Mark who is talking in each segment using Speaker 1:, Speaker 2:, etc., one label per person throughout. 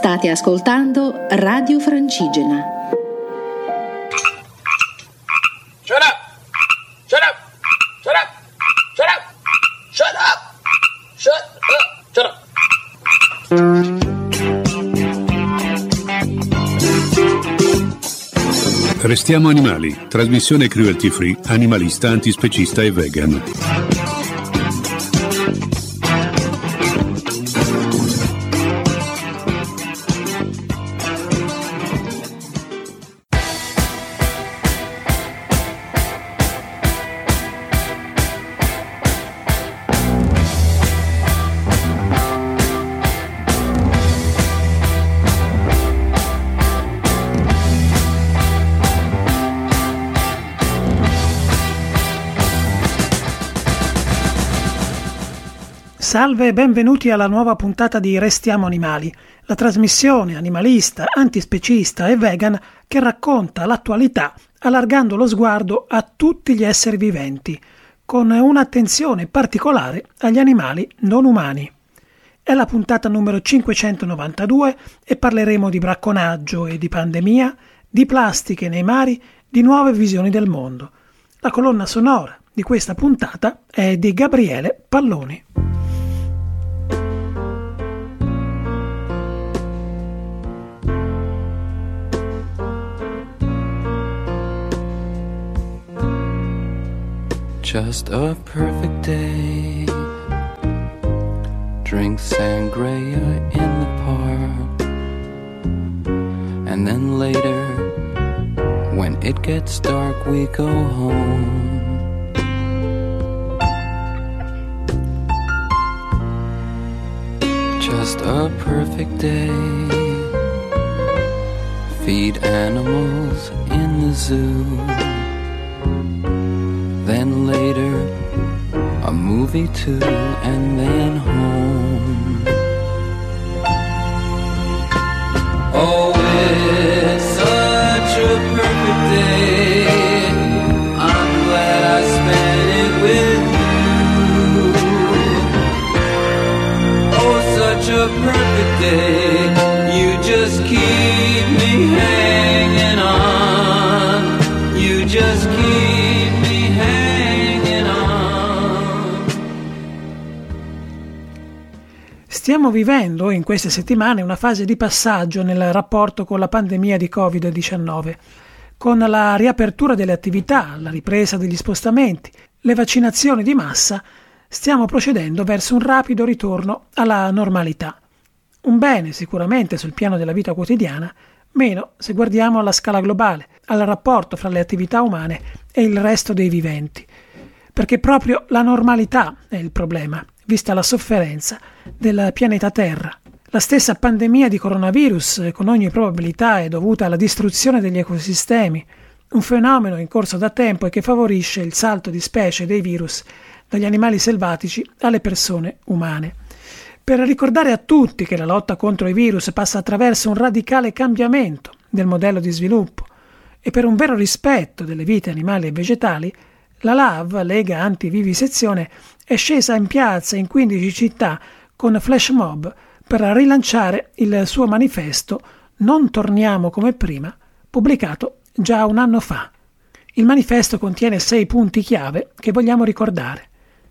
Speaker 1: State ascoltando Radio Francigena.
Speaker 2: Shut up! Shut up! Shut up! Shut up! Shut up! Shut up! Shut up!
Speaker 3: Restiamo animali, trasmissione cruelty free, animalista, antispecista e vegan.
Speaker 4: Salve e benvenuti alla nuova puntata di Restiamo Animali, la trasmissione animalista, antispecista e vegan che racconta l'attualità allargando lo sguardo a tutti gli esseri viventi, con un'attenzione particolare agli animali non umani. È la puntata numero 592 e parleremo di bracconaggio e di pandemia, di plastiche nei mari, di nuove visioni del mondo. La colonna sonora di questa puntata è di Gabriele Palloni.
Speaker 5: Just a perfect day. Drink sangria in the park. And then later, when it gets dark, we go home. Just a perfect day. Feed animals in the zoo. Then later, a movie too, and then home. Oh, it's such a perfect day. I'm glad I spent it with you. Oh, such a perfect day. You just keep me hanging on. You just keep
Speaker 4: Stiamo vivendo in queste settimane una fase di passaggio nel rapporto con la pandemia di Covid-19. Con la riapertura delle attività, la ripresa degli spostamenti, le vaccinazioni di massa, stiamo procedendo verso un rapido ritorno alla normalità. Un bene sicuramente sul piano della vita quotidiana, meno se guardiamo alla scala globale, al rapporto fra le attività umane e il resto dei viventi. Perché proprio la normalità è il problema, vista la sofferenza del pianeta Terra. La stessa pandemia di coronavirus, con ogni probabilità, è dovuta alla distruzione degli ecosistemi, un fenomeno in corso da tempo e che favorisce il salto di specie dei virus dagli animali selvatici alle persone umane. Per ricordare a tutti che la lotta contro i virus passa attraverso un radicale cambiamento del modello di sviluppo e per un vero rispetto delle vite animali e vegetali, la LAV, Lega Antivivisezione, è scesa in piazza in 15 città con flash mob per rilanciare il suo manifesto Non torniamo come prima, pubblicato già un anno fa. Il manifesto contiene 6 punti chiave che vogliamo ricordare.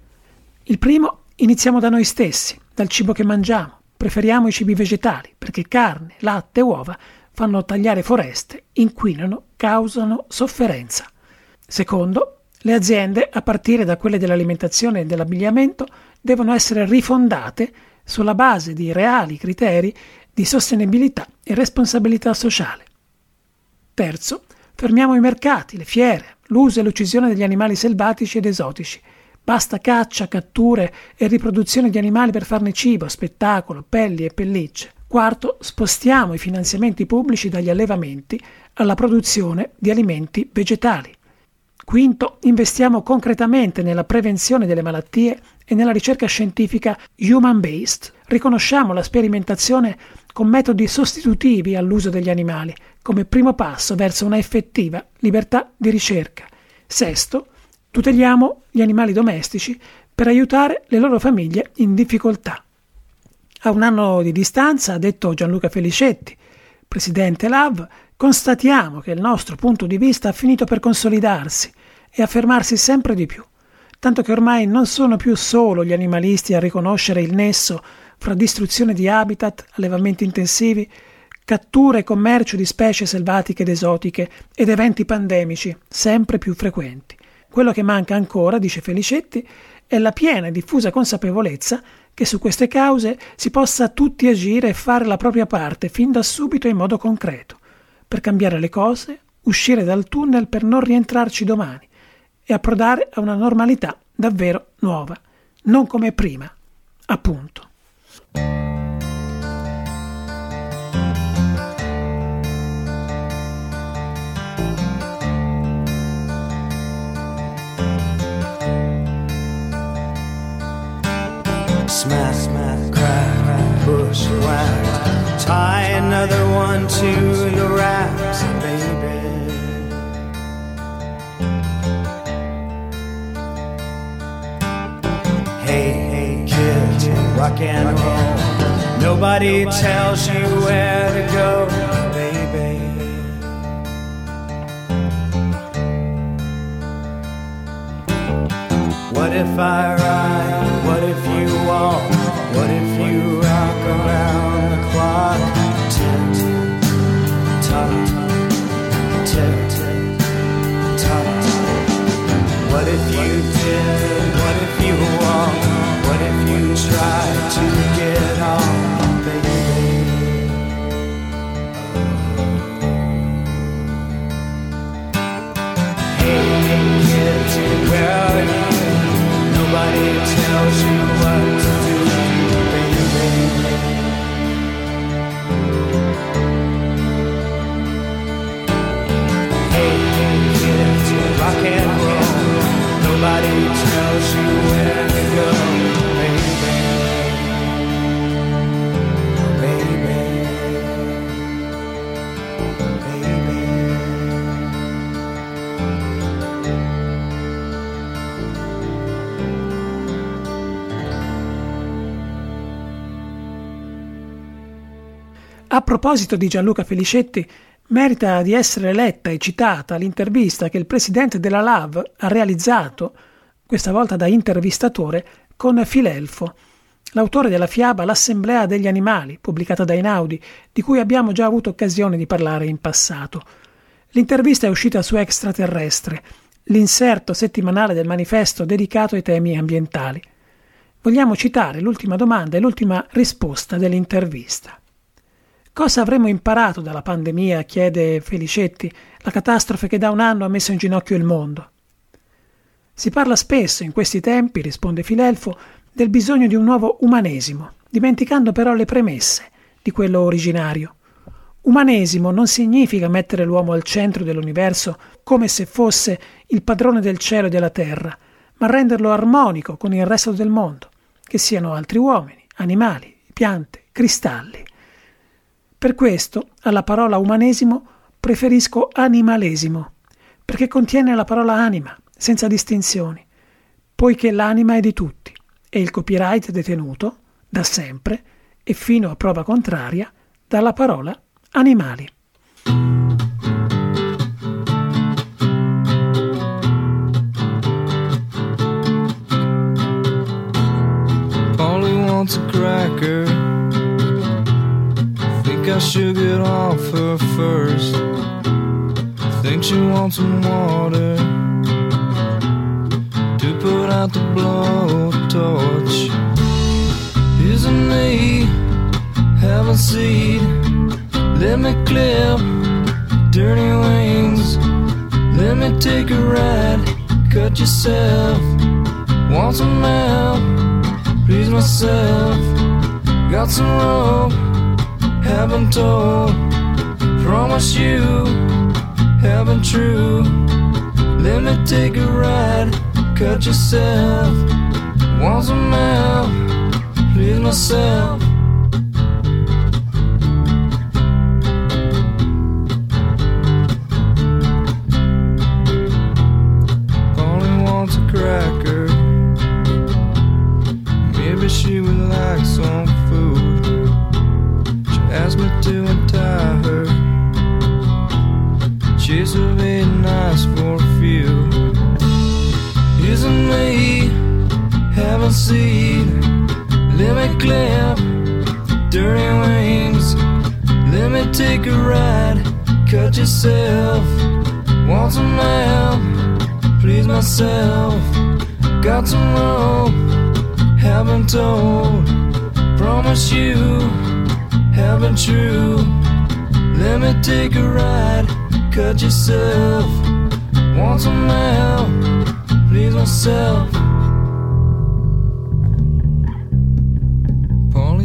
Speaker 4: Il primo: iniziamo da noi stessi, dal cibo che mangiamo. Preferiamo i cibi vegetali perché carne, latte e uova fanno tagliare foreste, inquinano, causano sofferenza. Secondo: le aziende, a partire da quelle dell'alimentazione e dell'abbigliamento, devono essere rifondate sulla base di reali criteri di sostenibilità e responsabilità sociale. Terzo, fermiamo i mercati, le fiere, l'uso e l'uccisione degli animali selvatici ed esotici. Basta caccia, catture e riproduzione di animali per farne cibo, spettacolo, pelli e pellicce. Quarto, spostiamo i finanziamenti pubblici dagli allevamenti alla produzione di alimenti vegetali. Quinto, investiamo concretamente nella prevenzione delle malattie e nella ricerca scientifica human-based. Riconosciamo la sperimentazione con metodi sostitutivi all'uso degli animali come primo passo verso una effettiva libertà di ricerca. Sesto, tuteliamo gli animali domestici per aiutare le loro famiglie in difficoltà. A un anno di distanza, ha detto Gianluca Felicetti, presidente LAV, constatiamo che il nostro punto di vista ha finito per consolidarsi e affermarsi sempre di più, tanto che ormai non sono più solo gli animalisti a riconoscere il nesso fra distruzione di habitat, allevamenti intensivi, cattura e commercio di specie selvatiche ed esotiche ed eventi pandemici sempre più frequenti. Quello che manca ancora, dice Felicetti, è la piena e diffusa consapevolezza che su queste cause si possa tutti agire e fare la propria parte fin da subito in modo concreto, per cambiare le cose, uscire dal tunnel per non rientrarci domani e approdare a una normalità davvero nuova, non come prima, appunto.
Speaker 6: Smack, smack, crack, bush whack. Tie another one to the racks, baby. Hey, hey, kid, rock and roll. Nobody tells you where to go, baby. What if I ride? What if you walk? What if you rock around the clock? Tick, tock, tick, tock. What if you did? What if you walk? What if you tried to get on, baby? Hey, kids, where are you? Nobody tells you what to do, baby. Hey, kids, rock and roll. Nobody tells you where to go, baby.
Speaker 4: A proposito di Gianluca Felicetti, merita di essere letta e citata l'intervista che il presidente della LAV ha realizzato, questa volta da intervistatore, con Filelfo, l'autore della fiaba L'Assemblea degli Animali, pubblicata da Einaudi, di cui abbiamo già avuto occasione di parlare in passato. L'intervista è uscita su Extraterrestre, l'inserto settimanale del manifesto dedicato ai temi ambientali. Vogliamo citare l'ultima domanda e l'ultima risposta dell'intervista. Cosa avremmo imparato dalla pandemia, chiede Felicetti, la catastrofe che da un anno ha messo in ginocchio il mondo? Si parla spesso in questi tempi, risponde Filelfo, del bisogno di un nuovo umanesimo, dimenticando però le premesse di quello originario. Umanesimo non significa mettere l'uomo al centro dell'universo come se fosse il padrone del cielo e della terra, ma renderlo armonico con il resto del mondo, che siano altri uomini, animali, piante, cristalli. Per questo, alla parola umanesimo preferisco animalesimo, perché contiene la parola anima, senza distinzioni, poiché l'anima è di tutti e il copyright è detenuto, da sempre, e fino a prova contraria, dalla parola animali.
Speaker 5: Polly wants a cracker. Think I should get off her first. Think she wants some water to put out the blowtorch. Isn't me have a seed? Let me clip dirty wings. Let me take a ride. Cut yourself. Want some help? Please myself. Got some rope. Haven't told. Promise you. Haven't true. Let me take a ride. Cut yourself. Want some help? Please myself. Polly wants a cracker. Maybe she would like some food. seed. Let me clip dirty wings. Let me take a ride. Cut yourself. Want some help? Please myself. Got some rope. Haven't told. Promise you. Haven't true. Let me take a ride. Cut yourself. Want some help? Please myself. Polly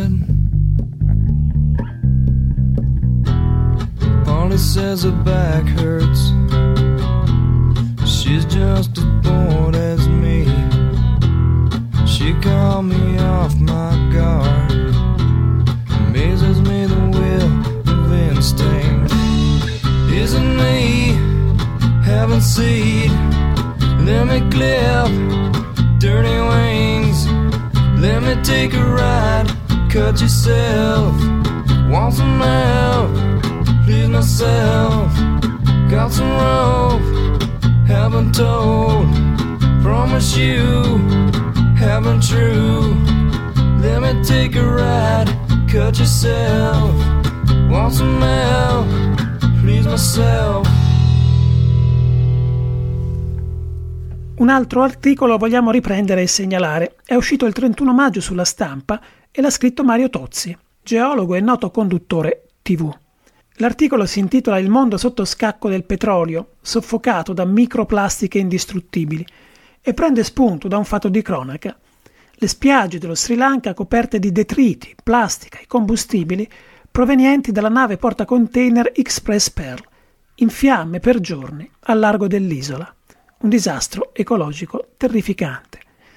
Speaker 5: says her back hurts. She's just as bored as me. She called me off my guard. Amazes me the will of instinct. Isn't me having seed? Let me clip dirty wings. Let me take a ride. Cut yourself. Want some help? Please myself. Got some rope. Haven't told. Promise you. Haven't true. Let me take a ride. Cut yourself. Want some help? Please myself.
Speaker 4: Un altro articolo vogliamo riprendere e segnalare. È uscito il 31 maggio sulla Stampa e l'ha scritto Mario Tozzi, geologo e noto conduttore TV. L'articolo si intitola Il mondo sotto scacco del petrolio, soffocato da microplastiche indistruttibili, e prende spunto da un fatto di cronaca. Le spiagge dello Sri Lanka coperte di detriti, plastica e combustibili provenienti dalla nave portacontainer Express Pearl, in fiamme per giorni al largo dell'isola. Un disastro ecologico terrificante.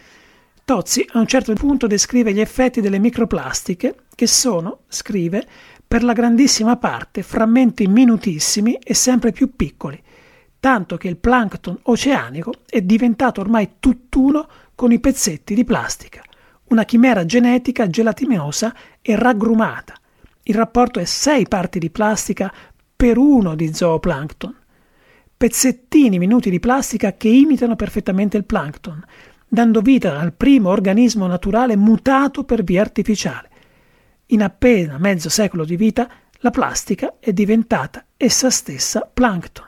Speaker 4: Tozzi a un certo punto descrive gli effetti delle microplastiche che sono, scrive, per la grandissima parte frammenti minutissimi e sempre più piccoli, tanto che il plancton oceanico è diventato ormai tutt'uno con i pezzetti di plastica, una chimera genetica gelatinosa e raggrumata. Il rapporto è 6 parti di plastica per 1 di zooplancton. Pezzettini minuti di plastica che imitano perfettamente il plancton, dando vita al primo organismo naturale mutato per via artificiale. In appena mezzo secolo di vita, la plastica è diventata essa stessa plancton.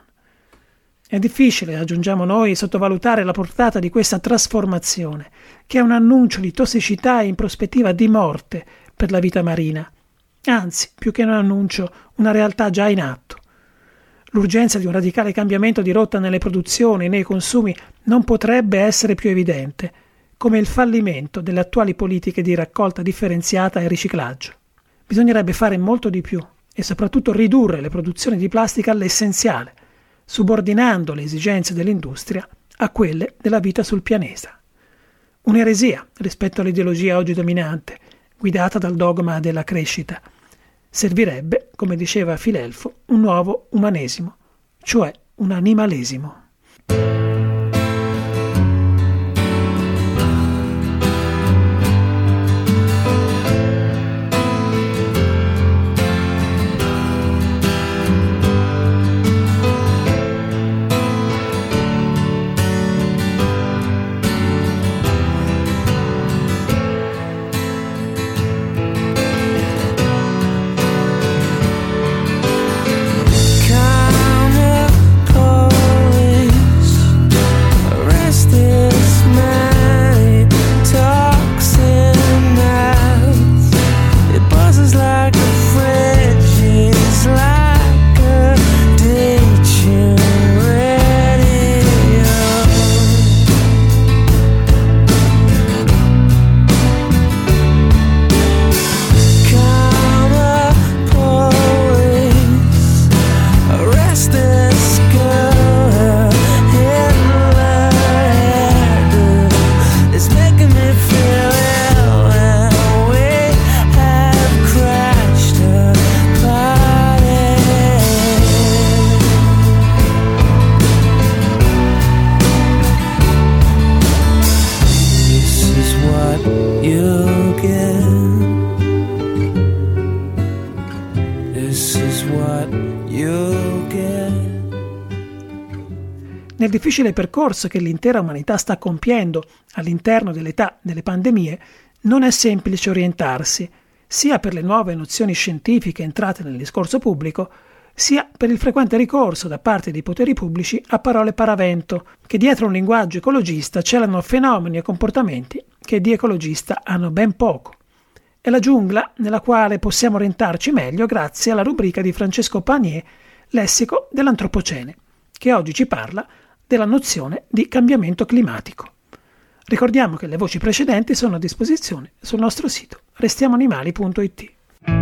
Speaker 4: È difficile, aggiungiamo noi, sottovalutare la portata di questa trasformazione, che è un annuncio di tossicità e in prospettiva di morte per la vita marina. Anzi, più che un annuncio, una realtà già in atto. L'urgenza di un radicale cambiamento di rotta nelle produzioni e nei consumi non potrebbe essere più evidente, come il fallimento delle attuali politiche di raccolta differenziata e riciclaggio. Bisognerebbe fare molto di più e soprattutto ridurre le produzioni di plastica all'essenziale, subordinando le esigenze dell'industria a quelle della vita sul pianeta. Un'eresia rispetto all'ideologia oggi dominante, guidata dal dogma della crescita. Servirebbe, come diceva Filelfo, un nuovo umanesimo, cioè un animalesimo. Nel difficile percorso che l'intera umanità sta compiendo all'interno dell'età delle pandemie, non è semplice orientarsi, sia per le nuove nozioni scientifiche entrate nel discorso pubblico, sia per il frequente ricorso da parte dei poteri pubblici a parole paravento, che dietro un linguaggio ecologista celano fenomeni e comportamenti che di ecologista hanno ben poco. È la giungla nella quale possiamo orientarci meglio grazie alla rubrica di Francesco Panier, Lessico dell'Antropocene, che oggi ci parla della nozione di cambiamento climatico. Ricordiamo che le voci precedenti sono a disposizione sul nostro sito restiamoanimali.it.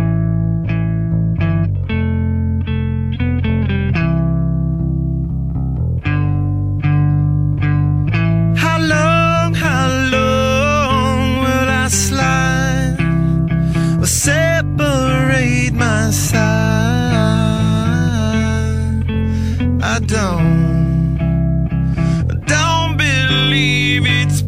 Speaker 6: How long will I slide or separate my side? I don't believe it's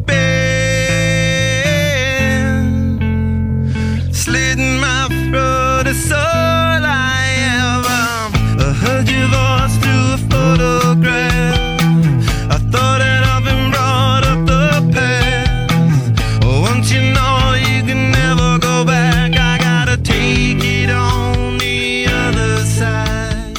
Speaker 6: been slitting my throat, it's all I ever heard your voice through a photograph. I thought that I've been brought up the past. Once you know you can never go back, I gotta take it on the other side.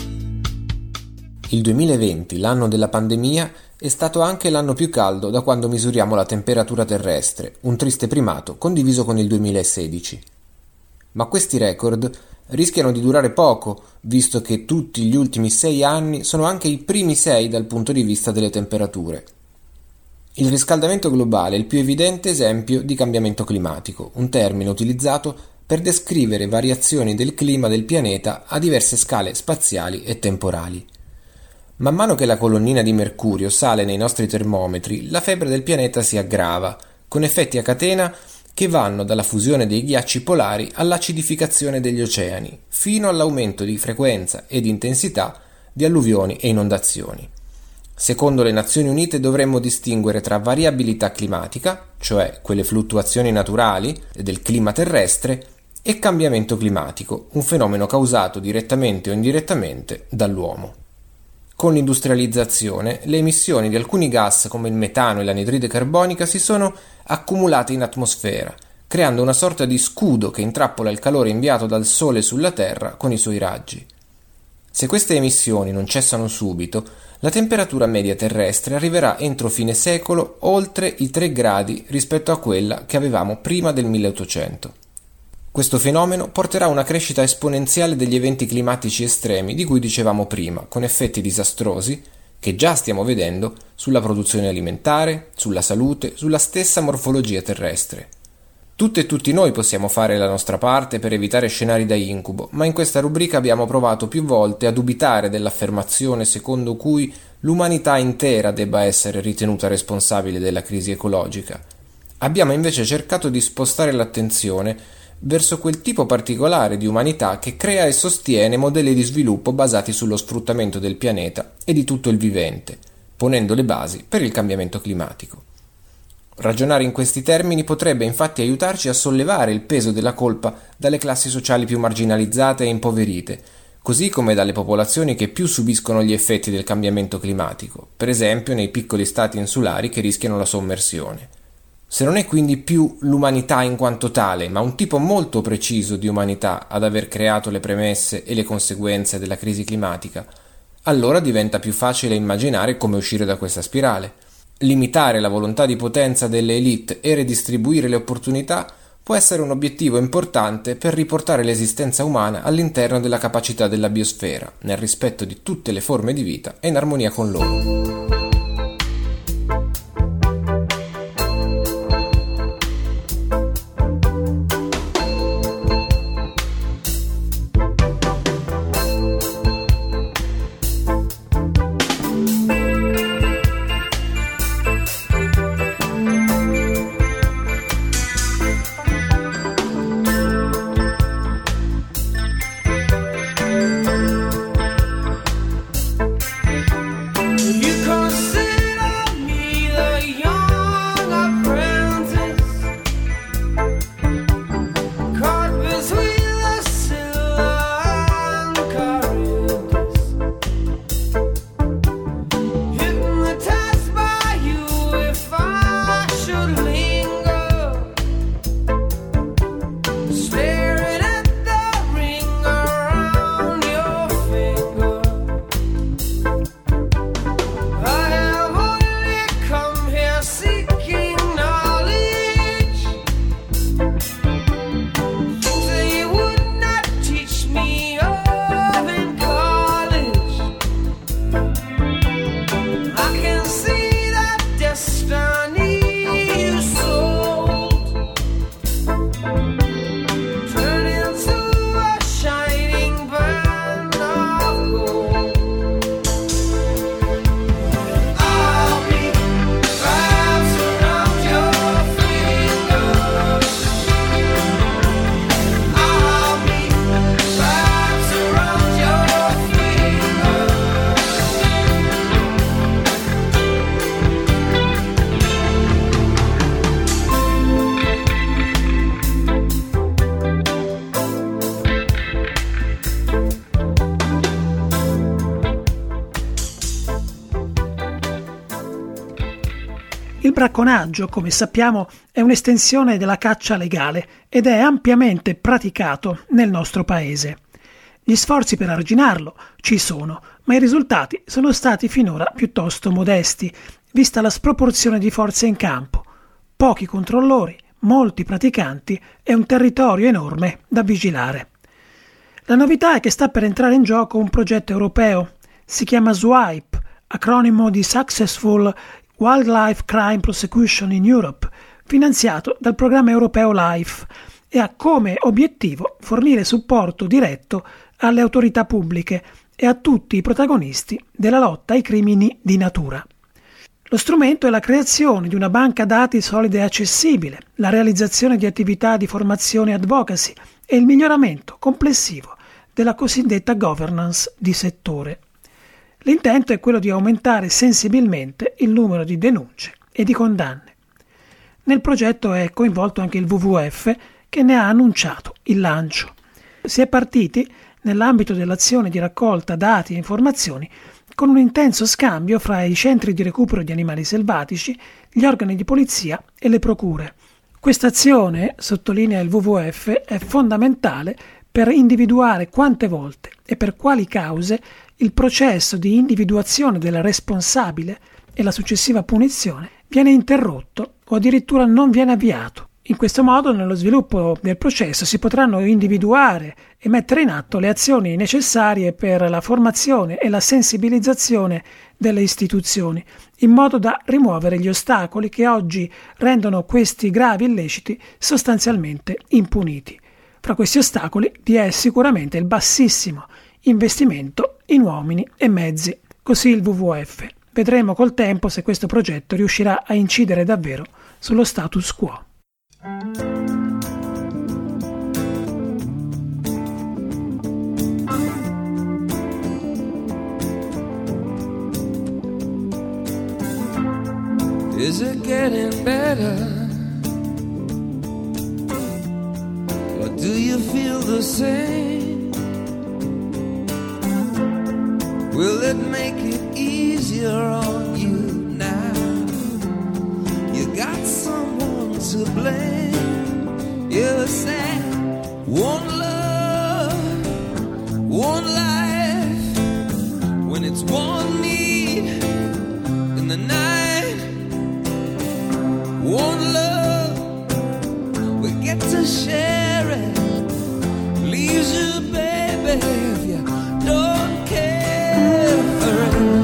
Speaker 7: Il 2020, l'anno della pandemia, è stato anche l'anno più caldo da quando misuriamo la temperatura terrestre, un triste primato condiviso con il 2016. Ma questi record rischiano di durare poco, visto che tutti gli ultimi 6 anni sono anche i primi 6 dal punto di vista delle temperature. Il riscaldamento globale è il più evidente esempio di cambiamento climatico, un termine utilizzato per descrivere variazioni del clima del pianeta a diverse scale spaziali e temporali. Man mano che la colonnina di mercurio sale nei nostri termometri, la febbre del pianeta si aggrava, con effetti a catena che vanno dalla fusione dei ghiacci polari all'acidificazione degli oceani, fino all'aumento di frequenza ed intensità di alluvioni e inondazioni. Secondo le Nazioni Unite dovremmo distinguere tra variabilità climatica, cioè quelle fluttuazioni naturali del clima terrestre, e cambiamento climatico, un fenomeno causato direttamente o indirettamente dall'uomo. Con l'industrializzazione, le emissioni di alcuni gas come il metano e l'anidride carbonica si sono accumulate in atmosfera, creando una sorta di scudo che intrappola il calore inviato dal Sole sulla Terra con i suoi raggi. Se queste emissioni non cessano subito, la temperatura media terrestre arriverà entro fine secolo oltre i 3 gradi rispetto a quella che avevamo prima del 1800. Questo fenomeno porterà a una crescita esponenziale degli eventi climatici estremi di cui dicevamo prima, con effetti disastrosi che già stiamo vedendo sulla produzione alimentare, sulla salute, sulla stessa morfologia terrestre. Tutte e tutti noi possiamo fare la nostra parte per evitare scenari da incubo, ma in questa rubrica abbiamo provato più volte a dubitare dell'affermazione secondo cui l'umanità intera debba essere ritenuta responsabile della crisi ecologica. Abbiamo invece cercato di spostare l'attenzione verso quel tipo particolare di umanità che crea e sostiene modelli di sviluppo basati sullo sfruttamento del pianeta e di tutto il vivente, ponendo le basi per il cambiamento climatico. Ragionare in questi termini potrebbe infatti aiutarci a sollevare il peso della colpa dalle classi sociali più marginalizzate e impoverite, così come dalle popolazioni che più subiscono gli effetti del cambiamento climatico, per esempio nei piccoli stati insulari che rischiano la sommersione. Se non è quindi più l'umanità in quanto tale, ma un tipo molto preciso di umanità ad aver creato le premesse e le conseguenze della crisi climatica, allora diventa più facile immaginare come uscire da questa spirale. Limitare la volontà di potenza delle élite e redistribuire le opportunità può essere un obiettivo importante per riportare l'esistenza umana all'interno della capacità della biosfera, nel rispetto di tutte le forme di vita e in armonia con loro.
Speaker 6: You can't
Speaker 4: Il bracconaggio, come sappiamo, è un'estensione della caccia legale ed è ampiamente praticato nel nostro paese. Gli sforzi per arginarlo ci sono, ma i risultati sono stati finora piuttosto modesti, vista la sproporzione di forze in campo. Pochi controllori, molti praticanti e un territorio enorme da vigilare. La novità è che sta per entrare in gioco un progetto europeo. Si chiama SWIPE, acronimo di Successful Wildlife Crime Prosecution in Europe, finanziato dal programma europeo LIFE, e ha come obiettivo fornire supporto diretto alle autorità pubbliche e a tutti i protagonisti della lotta ai crimini di natura. Lo strumento è la creazione di una banca dati solida e accessibile, la realizzazione di attività di formazione e advocacy e il miglioramento complessivo della cosiddetta governance di settore. L'intento è quello di aumentare sensibilmente il numero di denunce e di condanne. Nel progetto è coinvolto anche il WWF, che ne ha annunciato il lancio. Si è partiti nell'ambito dell'azione di raccolta dati e informazioni con un intenso scambio fra i centri di recupero di animali selvatici, gli organi di polizia e le procure. Questa azione, sottolinea il WWF, è fondamentale per individuare quante volte e per quali cause il processo di individuazione del responsabile e la successiva punizione viene interrotto o addirittura non viene avviato. In questo modo, nello sviluppo del processo si potranno individuare e mettere in atto le azioni necessarie per la formazione e la sensibilizzazione delle istituzioni, in modo da rimuovere gli ostacoli che oggi rendono questi gravi illeciti sostanzialmente impuniti. Fra questi ostacoli vi è sicuramente il bassissimo investimento in uomini e mezzi. Così il WWF. Vedremo col tempo se questo progetto riuscirà a incidere davvero sullo status quo.
Speaker 5: Is it getting better? Or do you feel the same? Will it make it easier on you now? You got someone to blame. You said one love, one life. When it's one need in the night, one love, we get to share it. Leaves you, baby, if you don't care for it.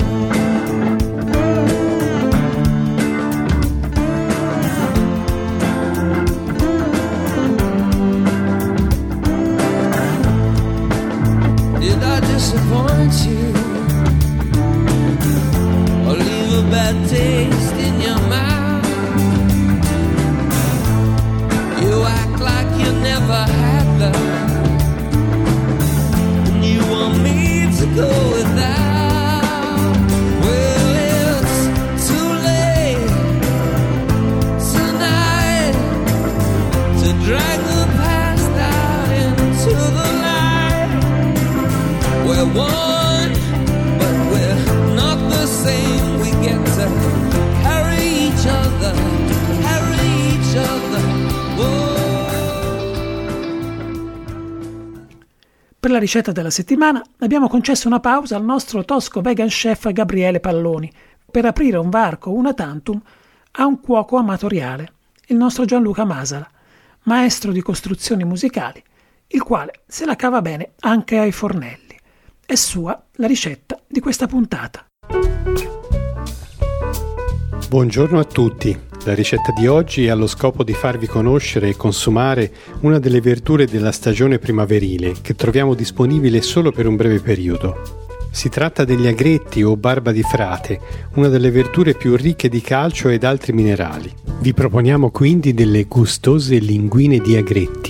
Speaker 5: Did I disappoint you or leave a bad taste in your mouth? You act like you never had love, and you want me to go without. Well, it's too late tonight to drag the past out into the light. We're one, but we're not the same. We get to carry each other, carry each other.
Speaker 4: Per la ricetta della settimana abbiamo concesso una pausa al nostro tosco vegan chef Gabriele Palloni per aprire un varco una tantum a un cuoco amatoriale, il nostro Gianluca Masala, maestro di costruzioni musicali, il quale se la cava bene anche ai fornelli. È sua la ricetta di questa puntata.
Speaker 8: Buongiorno a tutti. La ricetta di oggi ha lo scopo di farvi conoscere e consumare una delle verdure della stagione primaverile che troviamo disponibile solo per un breve periodo. Si tratta degli agretti o barba di frate, una delle verdure più ricche di calcio ed altri minerali. Vi proponiamo quindi delle gustose linguine di agretti.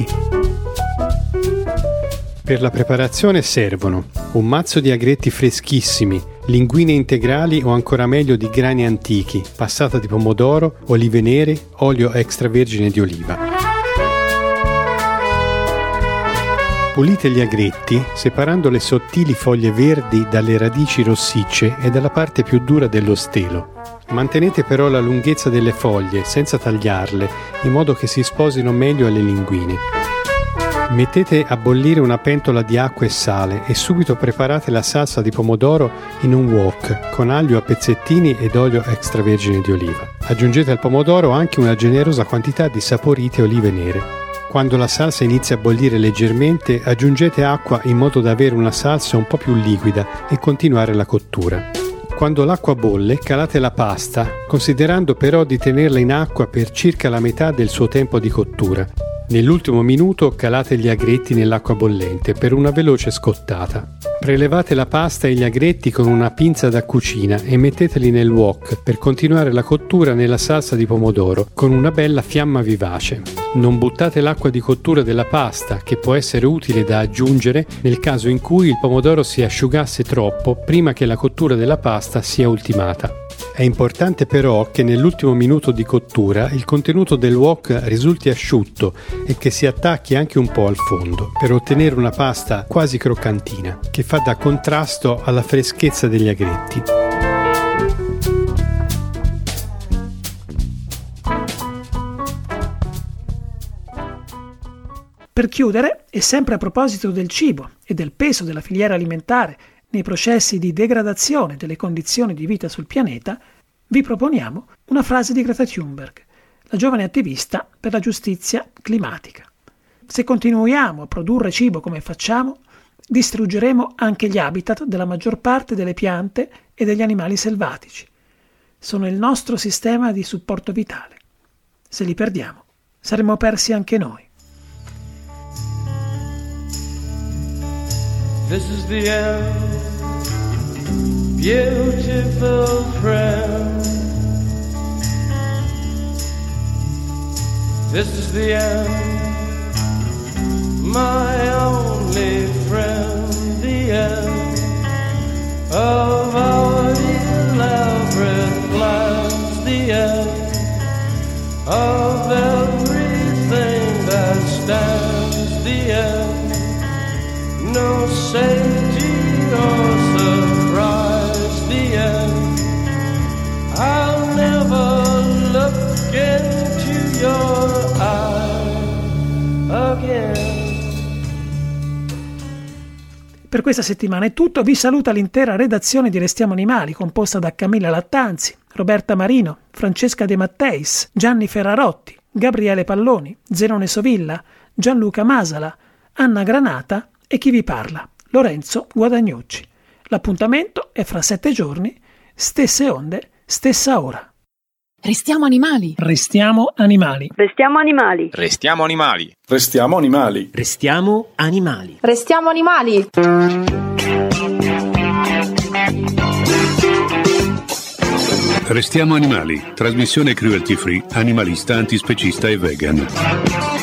Speaker 8: Per la preparazione servono un mazzo di agretti freschissimi, linguine integrali o ancora meglio di grani antichi, passata di pomodoro, olive nere, olio extravergine di oliva. Pulite gli agretti separando le sottili foglie verdi dalle radici rossicce e dalla parte più dura dello stelo. Mantenete però la lunghezza delle foglie senza tagliarle, in modo che si sposino meglio alle linguine. Mettete a bollire una pentola di acqua e sale e subito preparate la salsa di pomodoro in un wok con aglio a pezzettini ed olio extravergine di oliva. Aggiungete al pomodoro anche una generosa quantità di saporite olive nere. Quando la salsa inizia a bollire leggermente, aggiungete acqua in modo da avere una salsa un po' più liquida e continuare la cottura. Quando l'acqua bolle, calate la pasta, considerando però di tenerla in acqua per circa la metà del suo tempo di cottura. Nell'ultimo minuto calate gli agretti nell'acqua bollente per una veloce scottata. Prelevate la pasta e gli agretti con una pinza da cucina e metteteli nel wok per continuare la cottura nella salsa di pomodoro con una bella fiamma vivace. Non buttate l'acqua di cottura della pasta, che può essere utile da aggiungere nel caso in cui il pomodoro si asciugasse troppo prima che la cottura della pasta sia ultimata. È importante però che nell'ultimo minuto di cottura il contenuto del wok risulti asciutto e che si attacchi anche un po' al fondo, per ottenere una pasta quasi croccantina, che fa da contrasto alla freschezza degli agretti.
Speaker 4: Per chiudere, e sempre a proposito del cibo e del peso della filiera alimentare nei processi di degradazione delle condizioni di vita sul pianeta, vi proponiamo una frase di Greta Thunberg, la giovane attivista per la giustizia climatica. Se continuiamo a produrre cibo come facciamo, distruggeremo anche gli habitat della maggior parte delle piante e degli animali selvatici. Sono il nostro sistema di supporto vitale. Se li perdiamo, saremo persi anche noi.
Speaker 6: This is the end, beautiful friend. This is the end, my only friend. The end of our elaborate plans. The end of everything that stands. The end. No safety or surprise, the end. I'll never look into your eyes again.
Speaker 4: Per questa settimana è tutto, vi saluta l'intera redazione di Restiamo Animali, composta da Camilla Lattanzi, Roberta Marino, Francesca De Matteis, Gianni Ferrarotti, Gabriele Palloni, Zenone Sovilla, Gianluca Masala, Anna Granata e chi vi parla, Lorenzo Guadagnucci. L'appuntamento è fra 7 giorni, stesse onde, stessa ora.
Speaker 1: Restiamo animali.
Speaker 4: Restiamo animali.
Speaker 9: Restiamo animali.
Speaker 2: Restiamo animali.
Speaker 10: Restiamo animali.
Speaker 11: Restiamo animali.
Speaker 9: Restiamo animali.
Speaker 3: Restiamo animali, trasmissione cruelty free, animalista, antispecista e vegan.